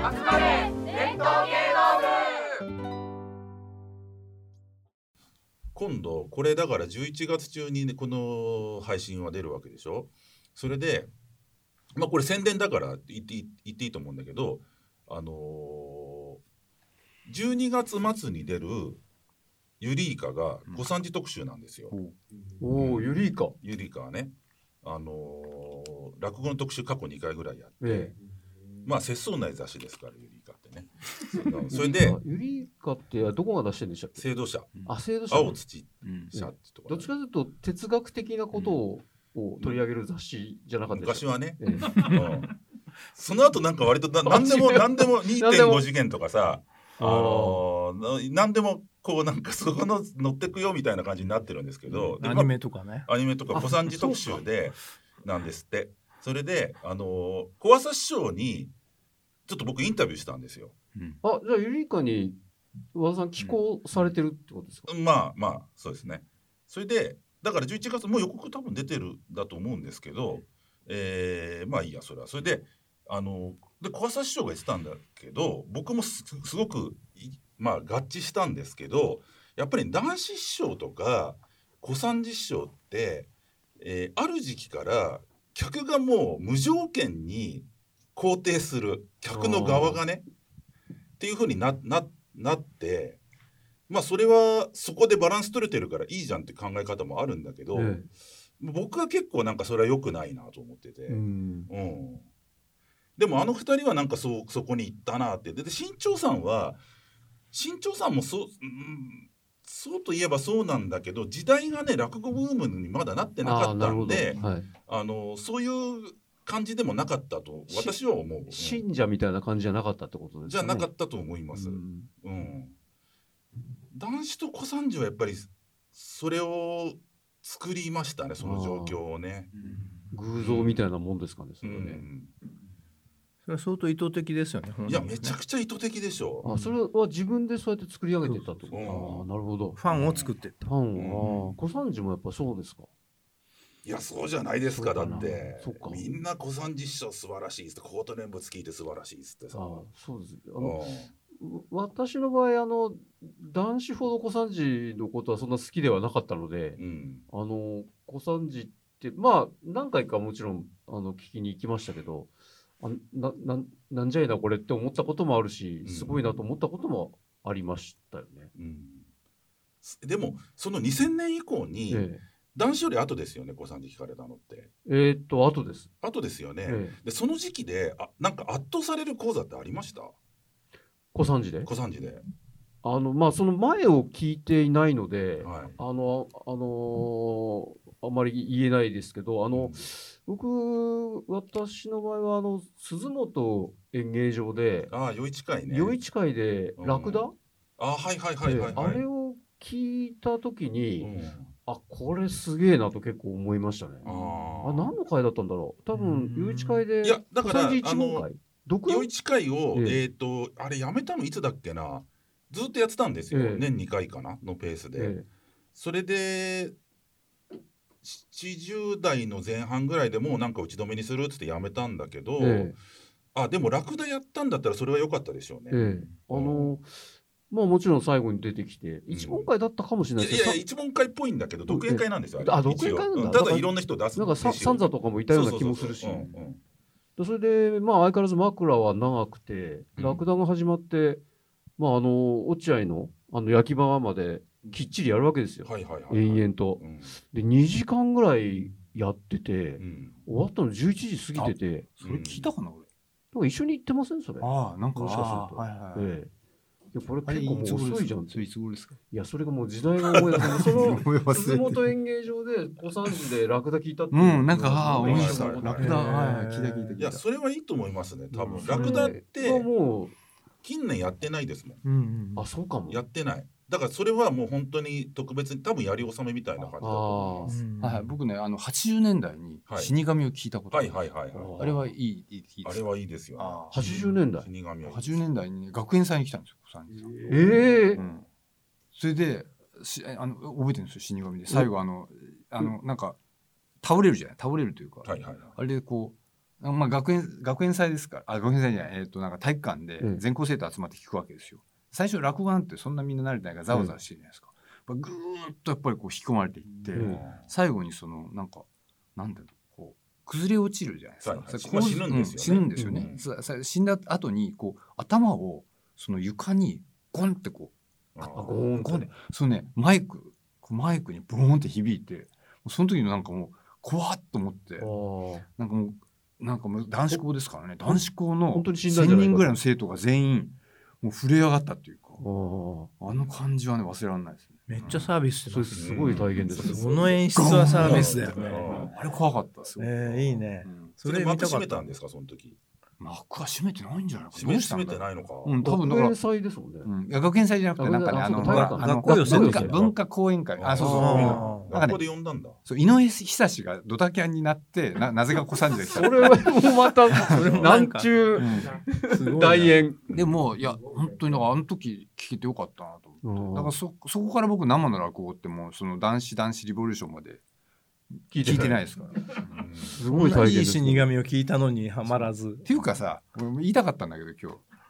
集まれ伝統芸能部。 今度これだから11月中に、ね、この配信は出るわけでしょ。それでまあこれ宣伝だから言っていいと思うんだけど、12月末に出るユリイカが小三治特集なんですよ。 ユリイカ。 ユリイカはね、落語の特集過去2回ぐらいやって、まあ節操ない雑誌ですからユリイカってね。それでユリイカってどこが出してるんでしたっけ？ 制度社、 制度社、 青土社ってところ、 どっちかというと哲学的なことを取り上げる雑誌じゃなかったでしたっけ？ 昔はね、その後なんか割と何でも 2.5 次元とかさ、何でもこうなんかそこの乗ってくよみたいな感じになってるんですけど、 アニメとかね、 アニメとか小三治特集でなんですって。それで小朝師匠にちょっと僕インタビューしたんですよ。 じゃあユリイカに和田さん寄稿されてるってことですか？ まあそうですね。それでだから11月もう予告多分出てるだと思うんですけど、まあいいやそれは。それでで小朝師匠が言ってたんだけど、僕もすごくまあ合致したんですけど、やっぱり談志師匠とか小三治師匠って、ある時期から客がもう無条件に肯定する、客の側がねっていう風になって、まあそれはそこでバランス取れてるからいいじゃんって考え方もあるんだけど、僕は結構なんかそれは良くないなと思ってて、でもあの二人はなんかそこに行ったなって。で新潮さんもそうといえばそうなんだけど、時代がね落語ブームにまだなってなかったんで、そういう感じでもなかったと私は思う。 信者みたいな感じじゃなかったってことですね。 じゃなかったと思います。談志と小三治はやっぱりそれを作りましたね、その状況をね。 偶像みたいなもんですかね、それはね。 それは相当意図的ですよね。 いやめちゃくちゃ意図的でしょ。 それは自分でそうやって作り上げてたってこと。なるほど。 ファンを作ってった。 小三治もやっぱそうですか？ いやそうじゃないですか。だってみんな小三治師匠素晴らしいっつって、コート念仏聞いて素晴らしいっつってさ。 そうです。私の場合談志ほど小三治のことはそんな好きではなかったので、小三治ってまあ何回かもちろん聞きに行きましたけど、なんじゃいなこれって思ったこともあるし、すごいなと思ったこともありましたよね。 でもその2000年以降に、談志より後ですよね、小三治聞かれたのって。 後です。 後ですよね。でその時期でなんか圧倒される講座ってありました？ 小三治で？ 小三治で。 まあその前を聞いていないので、あまり言えないですけど、私の場合は鈴本演芸場で、 余市会ね。 余市会でラクダ、 あれを聞いた時に、これすげえなと結構思いましたね。何の会だったんだろう。多分余市会で、 いやだから余市会をあれやめたのいつだっけな。ずっとやってたんですよ、年2回かなのペースで。それで70代の前半ぐらいでもうなんか打ち止めにするっつってやめたんだけど、でもラクダやったんだったらそれは良かったでしょうね。 まあもちろん最後に出てきて一問会だったかもしれないですけど、 一問会っぽいんだけど独演会なんですよ。 独演会なんだ。 ただいろんな人出す。 なんか三座とかもいたような気もするし、それでまあ相変わらず枕は長くて、ラクダが始まってまあ落合の焼き場まできっちりやるわけですよ、延々と。で2時間ぐらいやってて、終わったの11時過ぎてて。 それ聞いたかな俺。 なんか一緒に行ってませんそれ？ なんかもしかすると。これ結構もう遅いじゃんって。いつ頃ですか？いやそれがもう時代が思い出せない。その鈴本演芸場で小三治でラクダ聞いたっていう。 なんか思いました。ラクダ聞いた。 いやそれはいいと思いますね。多分ラクダってもう近年やってないですもん。 そうかも。 やってない。だからそれはもう本当に特別に多分やり納めみたいな感じだと思います。 僕ね80年代に死神を聞いたことある。あれはいい。 あれはいいですよね。 80年代。 80年代に学園祭に来たんですよ。それで覚えてるんですよ。死神で最後なんか倒れるじゃない。倒れるというか、あれでこうまあ、学園祭ですから学園祭じゃない、なんか体育館で全校生徒集まって聞くわけですよ。最初落語なんてそんなみんな慣れてないからざわざわしてるじゃないですか。ぐーっとやっぱりこう引き込まれていって、最後にそのなんかなんだろうこう崩れ落ちるじゃないですか。 死ぬんですよね。 死ぬんですよね。死んだ後にこう頭をその床にゴンってこうゴンってそのねマイクにブーンって響いて、その時のなんかもう怖っと思って、なんかもう男子校ですからね、男子校の1000人ぐらいの生徒が全員もう震え上がったっていうか、あの感じはね忘れられないですね。 めっちゃサービスしてますね。 すごい体験です。 その演出はサービスだよね。 あれ怖かったですよ。 いいね。 それ幕閉めたんですかその時。 幕は閉めてないんじゃないか。 閉めてないのか。 多分学園祭ですもんね。 いや学園祭じゃなくてなんかね文化講演会。あそうそう。 学校で呼んだんだ。 そう井上久志がドタキャンになってなぜか小三治が来た。 それはもうまたなんちゅう大演。 でもいや本当にあの時聞けてよかったなと思って。だからそこから僕生の落語ってもうその男子リボリューションまで聞いてないですから。 すごい体験です。 いい死神を聞いたのにはまらず。 っていうかさ、言いたかったんだけど今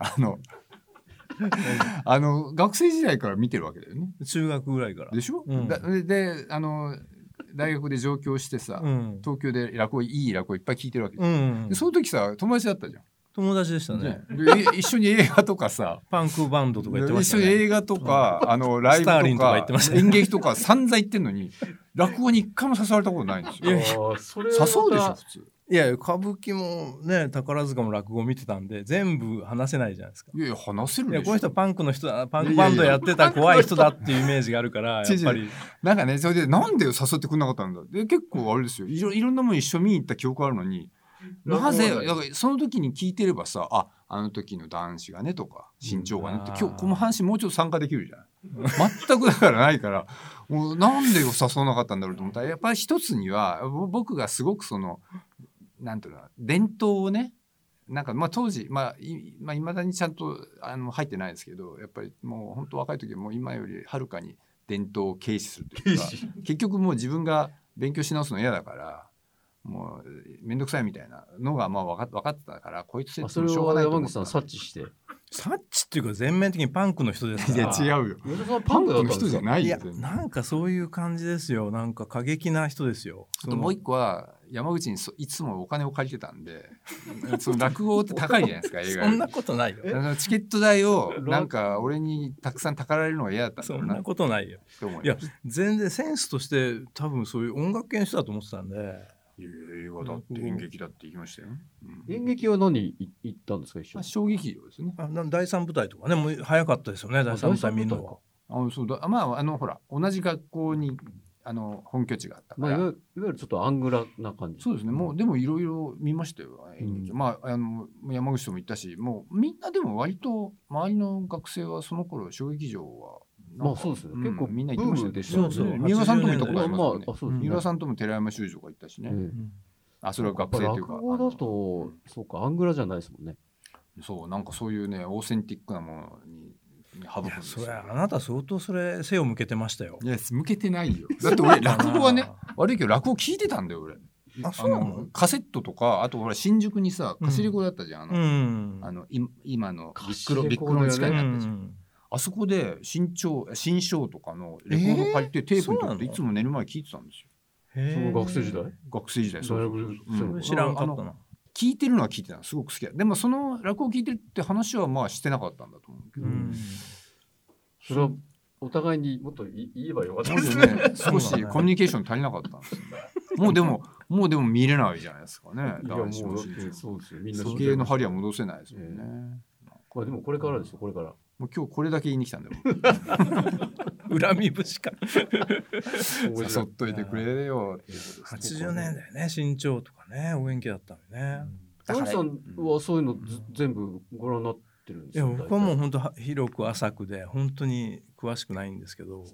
日学生時代から見てるわけだよね。 中学ぐらいから。 でしょ？で大学で上京してさ、東京でいい落語いっぱい聞いてるわけでその時さ友達だったじゃん。 友達でしたね。 一緒に映画とかさパンクバンドとか言ってましたね。 一緒に映画とかライブとか演劇とか散々言ってんのに落語に一回も誘われたことないんですよ。誘うでしょ普通。 いや歌舞伎もね宝塚も落語見てたんで全部話せないじゃないですか。 いや話せるでしょ。 この人パンクの人だ、パンクバンドやってた怖い人だっていうイメージがあるからやっぱりなんかねそれでなんで誘ってくんなかったんだ。で結構あれですよいろんなもの一緒見に行った記憶あるのに。なぜその時に聞いてればさあの時の男子がねとか身長がねって今日この話もうちょっと参加できるじゃない全くだからないからもうなんで誘わなかったんだろうと思ったらやっぱり一つには僕がすごくそのなんていうの伝統をねなんか当時未だにちゃんと入ってないですけどやっぱりもう本当若い時はもう今よりはるかに伝統を軽視するというか結局もう自分が勉強し直すの嫌だからもうめんどくさいみたいなのが分かってたからこいつしょうがないと思った。それを山口さん察知して察知っていうか全面的にパンクの人ですから。 いや違うよパンクの人じゃないよ。 なんかそういう感じですよ。なんか過激な人ですよ。 あともう一個は山口にいつもお金を借りてたんでその落語って高いじゃないですか映画そんなことないよ。 チケット代をなんか俺にたくさんたかられるのが嫌だったんだろうな。 そんなことないよ。いや全然センスとして多分そういう音楽系の人だと思ってたんで。 映画だって演劇だって行きましたよ。 演劇は何行ったんですか一緒に。 小劇場ですね。 第三舞台とかねもう早かったですよね第三舞台見るのは。 そうだほら同じ学校に本拠地があったから、 いわゆるちょっとアングラな感じ。 そうですね。もうでもいろいろ見ましたよ演劇。山口とも行ったしもうみんなでも割と周りの学生はその頃小劇場はそうですね。結構みんな行ってましたよ。 三浦さんとも行ったことありますよね。三浦さんとも寺山修司とか行ったしね。それは学生というか。 落語だとそうかアングラじゃないですもんね。 そうなんかそういうねオーセンティックなものに省くんですよ。 それあなた相当それ背を向けてましたよ。 いや向けてないよ。だって俺落語はね悪いけど落語聞いてたんだよ俺。カセットとかあとほら新宿にさ貸しレコだったじゃん。今のビックロの近いになったじゃん。あそこで新章とかのレコード借りてテープに取っていつも寝る前聞いてたんですよ。 その学生時代そう知らんかったな。 聞いてるのは聞いてたのすごく好きだ。でもその落語聞いてるって話はしてなかったんだと思うけど、 それはお互いにもっと言えばよかったですね。 少しコミュニケーション足りなかったんですよね。もうでも見れないじゃないですかね。 そうですよ。みんな時計の針は戻せないですよね。 でもこれからですよこれから。 もう今日これだけ言いに来たんだよ。 恨み節か。 誘っといてくれよ。 80年代ね身長とかねお元気だったのね。 山口さんはそういうの全部ご覧になってるんですか。 僕はもう本当広く浅くで本当に詳しくないんですけど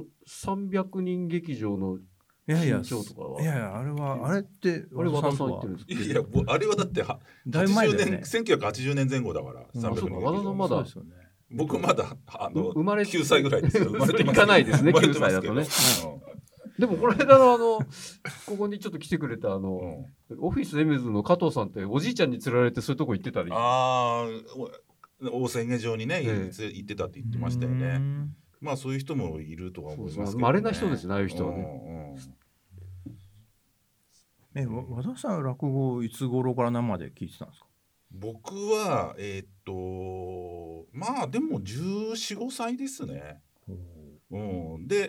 300人劇場の身長とかは。 いやあれって和田さん言ってるんですけど。 いやあれはだってだいぶ前だよね。 1980年前後だから300人。 和田さんまだ僕まだ生まれ 9歳ぐらいですよ。生まれていかないですね9歳だとね。 でもこの間のここにちょっと来てくれたオフィスエムズの加藤さんっておじいちゃんに連れられてそういうとこ行ってたり。 ああ、大瀬芸場にね、行ってたって言ってましたよね。まあそういう人もいるとは思いますけどね。 稀な人ですね、ああいう人はね。 和田さん落語いつ頃から生で聞いてたんですか？ 僕はまあでも14、15歳ですね。で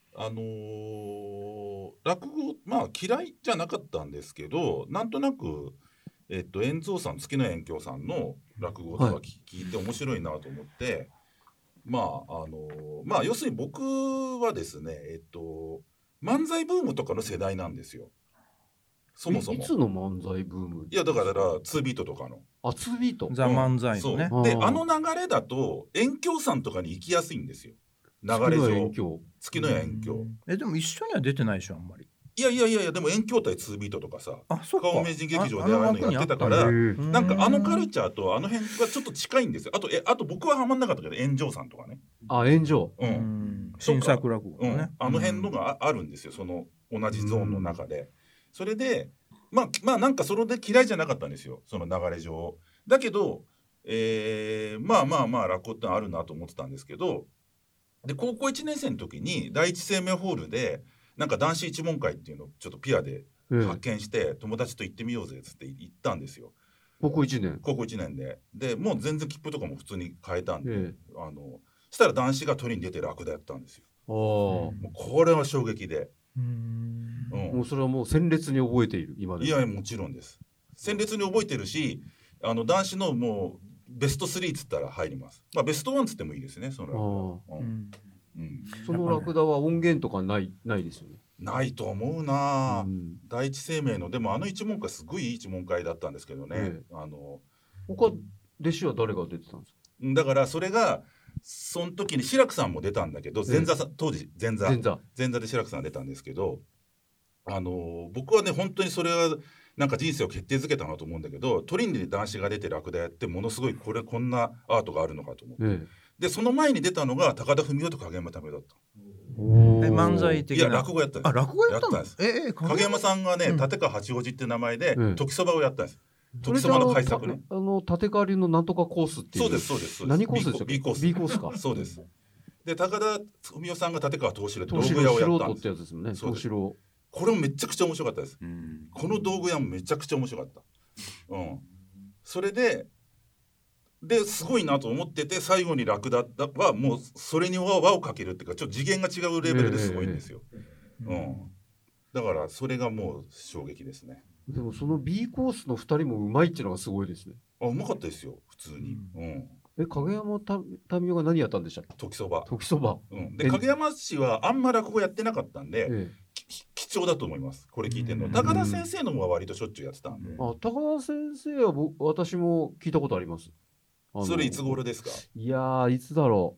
落語まあ嫌いじゃなかったんですけど、なんとなく円蔵さん、月野圓鏡さんの落語とか聞いて面白いなと思って、まあ要するに僕はですね漫才ブームとかの世代なんですよ。そもそもいつの漫才ブーム？ いやだから2ビートとかの。 2ビート。 ザ・漫才のね。 で流れだと円鏡さんとかに行きやすいんですよ。流れ上。月野円鏡。 でも一緒には出てないでしょあんまり。 いやでも円鏡対2ビートとかさ、顔名人劇場でああいうのやってたかなら、んかカルチャーとあの辺がちょっと近いんですよ。あと僕はハマんなかったけど円城さんとかね。 円城。 新作落語ね。 あの辺のがあるんですよ。その同じゾーンの中で。それでまあなんかそれで嫌いじゃなかったんですよ。その流れ上。だけどまあ落語ってあるなと思ってたんですけど、で高校1年生の時に第一生命ホールでなんか男子一問会っていうのをちょっとピアで発見して、友達と行ってみようぜっつって行ったんですよ。 高校1年でもう全然切符とかも普通に買えたんで、したら男子が取りに出てラクダやったんですよ。もうこれは衝撃で。 もうそれはもう鮮烈に覚えている今で。 いやもちろんです。鮮烈に覚えてるし、男子のもうベスト3っつったら入ります。まあベスト1っつってもいいですね。そのラクダは音源とかないですよね。 ないと思うな。第一生命のでも一問会すごいいい一問会だったんですけどね。 他弟子は誰が出てたんですか？ だからそれがその時に志らくさんも出たんだけど、前座さん当時前座で志らくさんが出たんですけど、僕はね本当にそれはなんか人生を決定づけたなと思うんだけど、トリンで男子が出てラクダやってものすごいこんなアートがあるのかと思って、でその前に出たのが高田文夫と影山民生だった。 漫才的な。 いや落語やったんです。 落語やったんです。 影山さんがね、立川八王子って名前で時そばをやったんです。時そばの改作ね。 立川流のなんとかコースっていう。 そうです。 何コースでしたっけ？ B コースか。そうです。で高田文夫さんが立川東四郎って道具屋をやったんです。 ってやつですもんね。東四郎。 これもめちゃくちゃ面白かったです。この道具屋もめちゃくちゃ面白かった。それですごいなと思ってて、最後にラクダはもうそれに輪をかけるっていうか、ちょっと次元が違うレベルですごいんですよ。だからそれがもう衝撃ですね。 でもその B コースの2人もうまいっていうのがすごいですね。 うまかったですよ普通に。 影山民生が何やったんでしたっけ？時そば。 で影山氏はあんま落語やってなかったんで、貴重だと思います。これ聞いてるの。高田先生のも割としょっちゅうやってたんで。 高田先生は私も聞いたことあります。 それいつ頃ですか？ いやいつだろ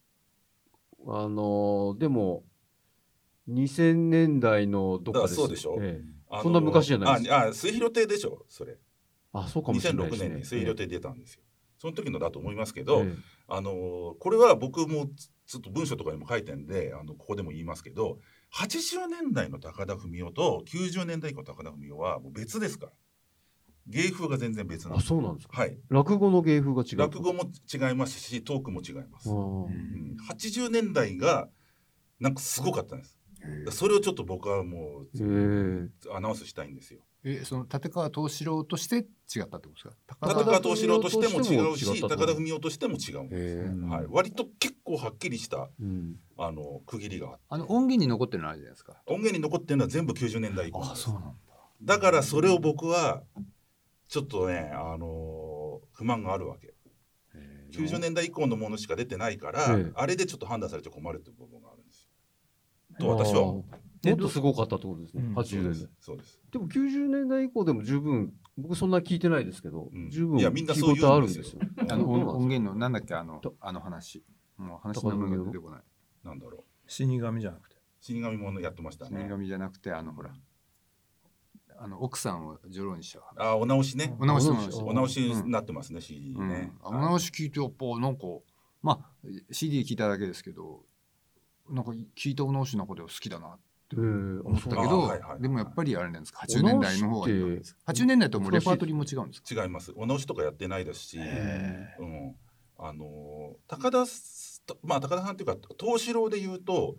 う。でも2000年代のどっかです。 そうでしょ。 そんな昔じゃないです。 末広亭でしょそれ。 そうかもしれないですね。2006年に末広亭出たんですよ。その時のだと思いますけど、これは僕もちょっと文章とかにも書いてるんでここでも言いますけど、80年代の高田文夫と90年代以降の高田文夫はもう別ですから。芸風が全然別なんです。 そうなんですか。 はい。 落語の芸風が違う。 落語も違いますし、トークも違います。80年代がなんかすごかったんです。それをちょっと僕はもうアナウンスしたいんですよ。 その立川東四郎として違ったってことですか？ 立川東四郎としても違うし、高田文夫としても違うんです。はい。割と結構はっきりした区切りがあって。 音源に残ってるのあるじゃないですか。 音源に残ってるのは全部90年代以降なんです。 そうなんだ。 だからそれを僕はちょっとね不満があるわけ。90年代以降のものしか出てないから、あれでちょっと判断されて困るっていう部分があるんですよ。と私は思う。 もっとすごかったってことですね。80年代。 そうです。 でも90年代以降でも十分、僕そんな聞いてないですけど、十分みんなそういうあるんですよ。 音源のなんだっけ話。もう話の部分が出てこない。 なんだろう。 死神じゃなくて。 死神もやってましたね。 死神じゃなくてほら。奥さんを女郎にしちゃう。 お直しね。 お直しになってますね、CD ね。 お直し聞いてやっぱなんかCD 聞いただけですけど、なんか聞いたお直しの中では好きだなっって思ったけど、でもやっぱりあれなんですか、80年代の方がいいわけです。80年代ともうレパートリーも違うんですか？ 違います。お直しとかやってないですし、高田さんっていうか東四郎で言うと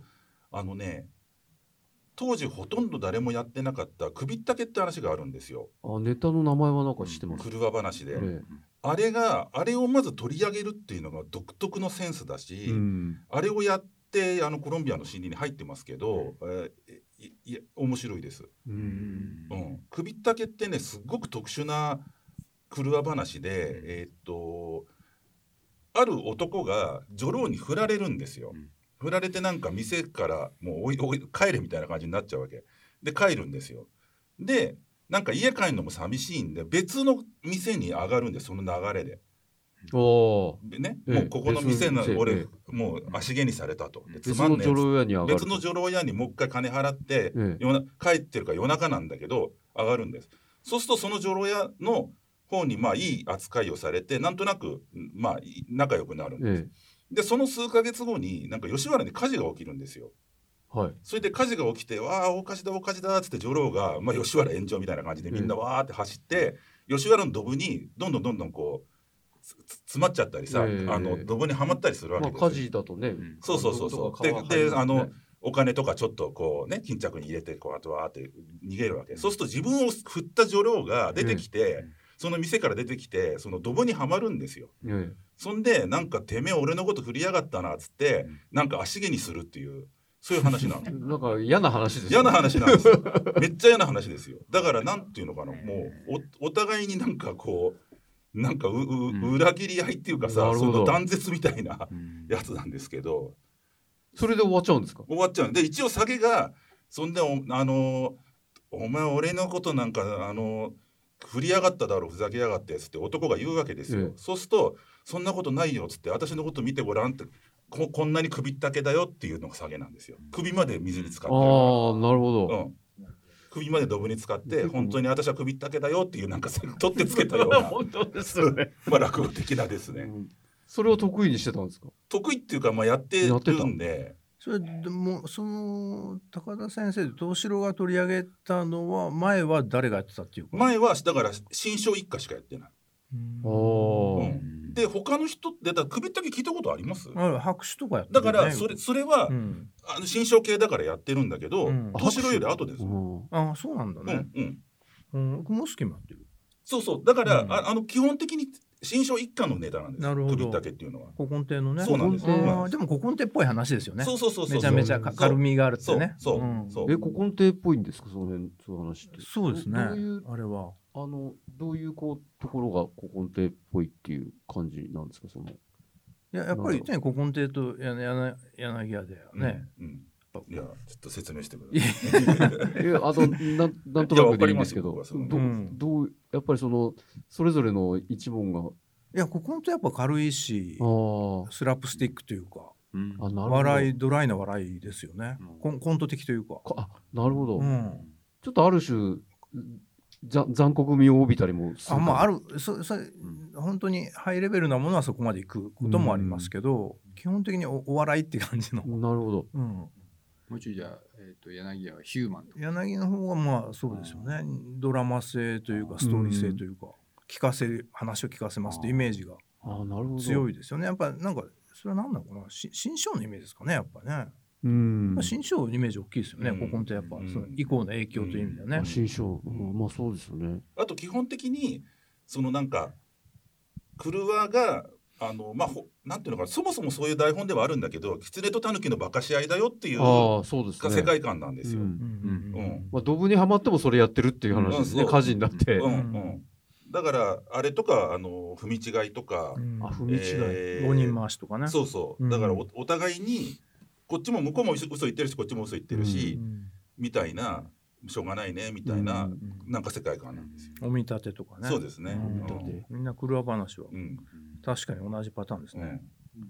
当時ほとんど誰もやってなかった首ったけって話があるんですよ。 ネタの名前はなんか知ってます。 車話で、あれをまず取り上げるっていうのが独特のセンスだし、あれをやってコロンビアの CD に入ってますけど、面白いです。首ったけってねすごく特殊な車話で、ある男が女郎に振られるんですよ。振られてなんか店からもう帰れみたいな感じになっちゃうわけで、帰るんですよ。でなんか家帰るのも寂しいんで別の店に上がるんです、その流れで。でね、もうここの店の俺もう足毛にされたと、でつまんねえ、別の女郎屋にもう一回金払って、帰ってるから夜中なんだけど上がるんです。そうするとその女郎屋の方にいい扱いをされてなんとなく仲良くなるんです。でその数ヶ月後になんか吉原に火事が起きるんですよ。それで火事が起きてわあ大火事だ大火事だっつって女郎が、吉原炎上みたいな感じでみんなわーって走って、吉原のドブにどんどんこう詰まっちゃったりさ、ドブにはまったりするわけですよ。 火事だとね。 そうでお金とかちょっとこうね巾着に入れてこうあとわーって逃げるわけ。そうすると自分を振った女郎が出てきて、その店から出てきてそのドブにはまるんですよ。そんでなんかてめえ俺のこと振りやがったなっつってなんか足毛にするっていうそういう話なの。 なんか嫌な話ですよ。嫌な話なんですよ。めっちゃ嫌な話ですよ。だからなんていうのかな、もう お互いになんかこうなんか裏切り合いっていうかさ、その断絶みたいなやつなんですけど、 それで終わっちゃうんですか？ 終わっちゃう。で一応下げがそんでお前俺のことなんか振りやがっただろふざけやがってっつって男が言うわけですよ。そうするとそんなことないよっつって私のこと見てごらんってこんなに首ったけだよっていうのが下げなんですよ。首まで水に浸かってるから。 なるほど。 首までドブに浸かって本当に私は首ったけだよっていうなんか取ってつけたような本当ですよね。 落語的なですね。 それを得意にしてたんですか？ 得意っていうかやってるんで。 それでもその高田先生で東四郎が取り上げたのは前は誰がやってたっていうか？ 前はだから新章一家しかやってない。で他の人って首ったけ聞いたことあります？ 白手とかやってる、ね、だからそれは、新章系だからやってるんだけど、東四郎より後です。 そうなんだね。雲助もやってる。 そうだから、基本的に新章一家のネタなんです。なるほど。首ったけっていうのは古今亭のね。 そうなんです。 でも古今亭っぽい話ですよね。 そうめちゃめちゃ軽みがあるってね。 古今亭っぽいんですか、その辺そういう話って？ そうですね。あれはどういうところが古今亭っぽいっていう感じなんですか？ やっぱりね古今亭と柳家でね。 いやちょっと説明してください。 なんとなくでいいんですけど、やっぱりそれぞれの一門が古今亭やっぱ軽いしスラップスティックというか、ドライな笑いですよね。コント的というか。 なるほど。ちょっとある種残酷味を帯びたりもする。 ある本当にハイレベルなものはそこまでいくこともありますけど、基本的にお笑いって感じの。 なるほど。 もうちょいじゃあ、柳家はヒューマン。 柳の方はそうですよね。ドラマ性というかストーリー性というか、話を聞かせますってイメージが強いですよね。やっぱなんかそれは何なのかな、新章のイメージですかね、やっぱね。新章のイメージ大きいですよね。古今亭やっぱその以降の影響という意味でね。 新章、そうですよね。 あと基本的になんか車がなんていうのかな、そもそもそういう台本ではあるんだけど、狐と狸の馬鹿し合いだよっていう世界観なんですよ。 ドブにはまってもそれやってるっていう話ですね。火事になって。 だからあれとか踏み違いとか、 踏み違い、5人回しとかね。 そうだからお互いにこっちも向こうも嘘言ってるしこっちも嘘言ってるし、みたいな、しょうがないねみたいな、なんか世界観なんですよ。 お見立てとかね。 そうですね。 みんな車話は確かに同じパターンですね。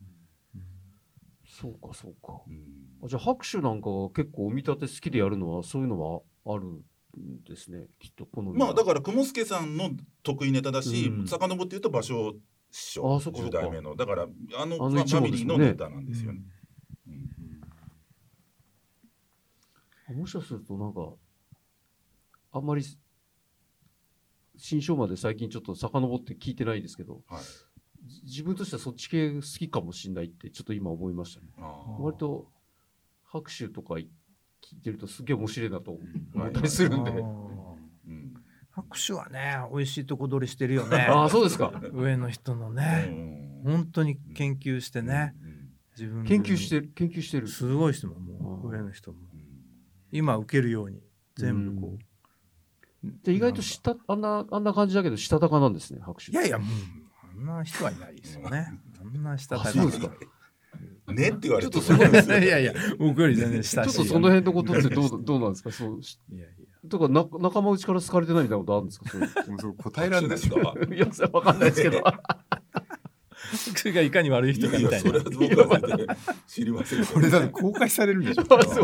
そうか。じゃあ拍手なんかは結構お見立て好きでやるのはそういうのはあるんですね、きっと。 だから雲助さんの得意ネタだし、遡って言うと芭蕉師匠10代目の、だからファミリーのネタなんですよね。 もしかするとなんかあんまり新章まで最近ちょっと遡って聞いてないですけど、はい、自分としてはそっち系好きかもしれないってちょっと今思いましたね。割と拍手とか聞いてるとすげえ面白いなと思ったりするんで、 拍手はね美味しいとこ取りしてるよね。 あ、そうですか。 上の人のね、本当に研究してね、自分研究してるすごい人ももう上の人も今受けるように全部こう。 で意外とあんな感じだけどしたたかなんですね、拍手。 いやいや、もうあんな人はいないですよね。あんなしたたか。 そうですか。 ねって言われるといやいや、僕より全然親しい。 ちょっとその辺のことってどうなんですか。そう。いやいや。とか仲間内から好かれてないみたいなことあるんですか。 そう答えられないですか。 いや、わかんないですけど。 それがいかに悪い人かみたいな。 それは僕は知りません。 これだって公開されるんでしょ。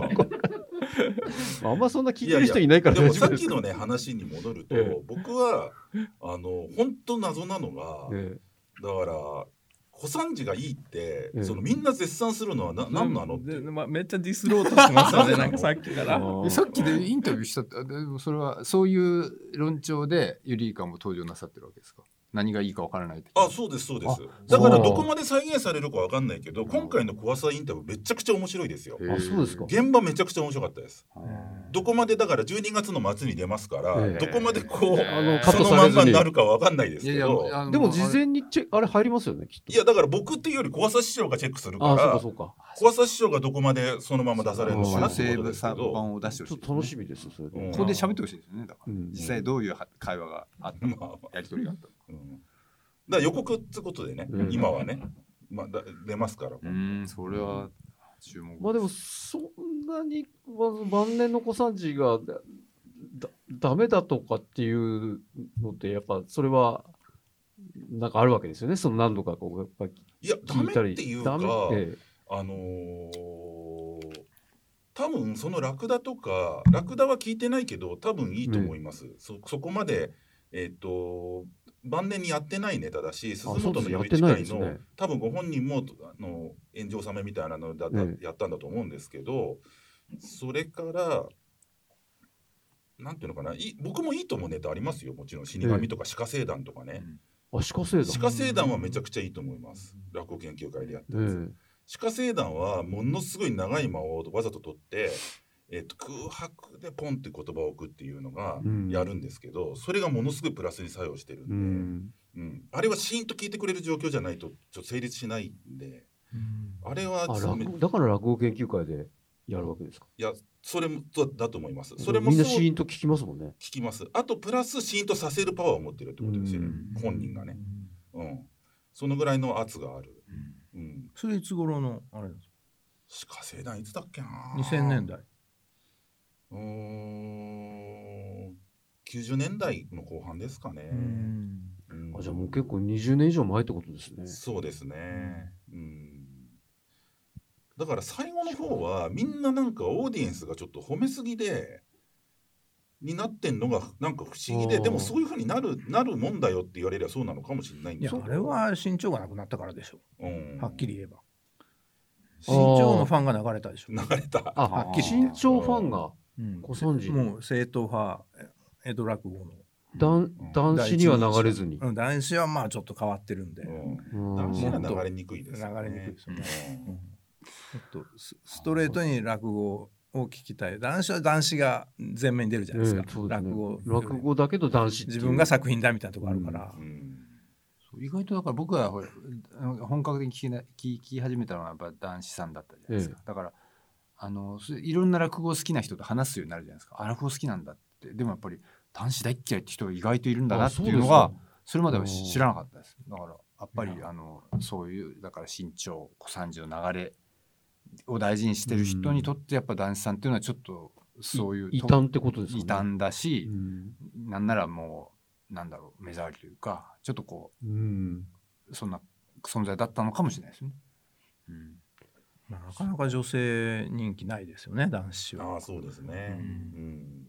あんまそんな聞いてる人いないから。 でもさっきのね話に戻ると、僕は本当謎なのが、だから小三治がいいって、そのみんな絶賛するのは何なのって、 めっちゃディスろうとしてますよね。なんかさっきからさっきでインタビューしたってでもそれはそういう論調でユリイカも登場なさってるわけですか。何がいいか分からないって。 あ、そうです。だからどこまで再現されるか分かんないけど、今回の小朝インタビューめちゃくちゃ面白いですよ。 あ、そうですか。 現場めちゃくちゃ面白かったです。どこまでだから12月の末に出ますから、どこまでこうそのまんまになるか分かんないですけど、 でも事前にあれ入りますよね、きっと。 いやだから僕っていうより小朝師匠がチェックするから、小朝師匠がどこまでそのまま出されるのかなってことですけど、 ちょっと楽しみです。それでここで喋ってほしいですよね。だから実際どういう会話があったのか、やり取りがあったのか。 だから予告ってことでね、今はね、出ますから。 それは注目。 まあでもそんなに晩年の小三治がダメだとかっていうのってやっぱそれはなんかあるわけですよね。その何度かこうやっぱりいやダメっていうか、多分そのラクダは聞いてないけど多分いいと思います。そこまで晩年にやってないネタだし、鈴本の呼び誓いの多分ご本人も炎上さめみたいなのやったんだと思うんですけど、それからなんていうのかな、僕もいいと思うネタありますよ。もちろん死神とか鹿聖団とかね。 鹿聖団はめちゃくちゃいいと思います。落語研究会でやったやつ。鹿聖団はものすごい長い間をわざと取って、空白でポンって言葉を置くっていうのがやるんですけど、それがものすごいプラスに作用してるんで、あれはシーンと聞いてくれる状況じゃないとちょっと成立しないんで、あれはだから落語研究会でやるわけですか。 いやそれもだと思います。それもみんなシーンと聞きますもんね。 聞きます。あとプラスシーンとさせるパワーを持ってるってことですよね、本人がね。そのぐらいの圧がある。 それいつ頃のあれですか。 鹿聖団いつだっけな。 2000年代。 90年代の後半ですかね。 じゃあもう結構20年以上前ってことですね。 そうですね。だから最後の方はみんななんかオーディエンスがちょっと褒めすぎになってんのがなんか不思議で、でもそういう風になるもんだよって言われればそうなのかもしれないんですけど。 あれは身長がなくなったからでしょ。はっきり言えば。身長のファンが流れたでしょ。 流れた。 はっきり身長ファンが小三治。 もう正統派江戸落語の。 男子には流れずに。 男子はまあちょっと変わってるんで。 男子は流れにくいですね。 流れにくいですよね。ストレートに落語を聞きたい。男子は男子が前面に出るじゃないですか。 落語だけど男子自分が作品だみたいなところあるから。 意外とだから僕は本格的に聞き始めたのはやっぱ男子さんだったじゃないですか。だからいろんな落語好きな人と話すようになるじゃないですか。落語好きなんだって。でもやっぱり男子大っ嫌いって人が意外といるんだなっていうのがそれまでは知らなかったです。だからやっぱりそういうだから新潮小三治の流れを大事にしてる人にとってやっぱ男子さんっていうのはちょっとそういう異端ってことですかね。 異端だし、なんならもうなんだろう目障りというかちょっとこう、そんな存在だったのかもしれないですね。 なかなか女性人気ないですよね男子は。 そうですね。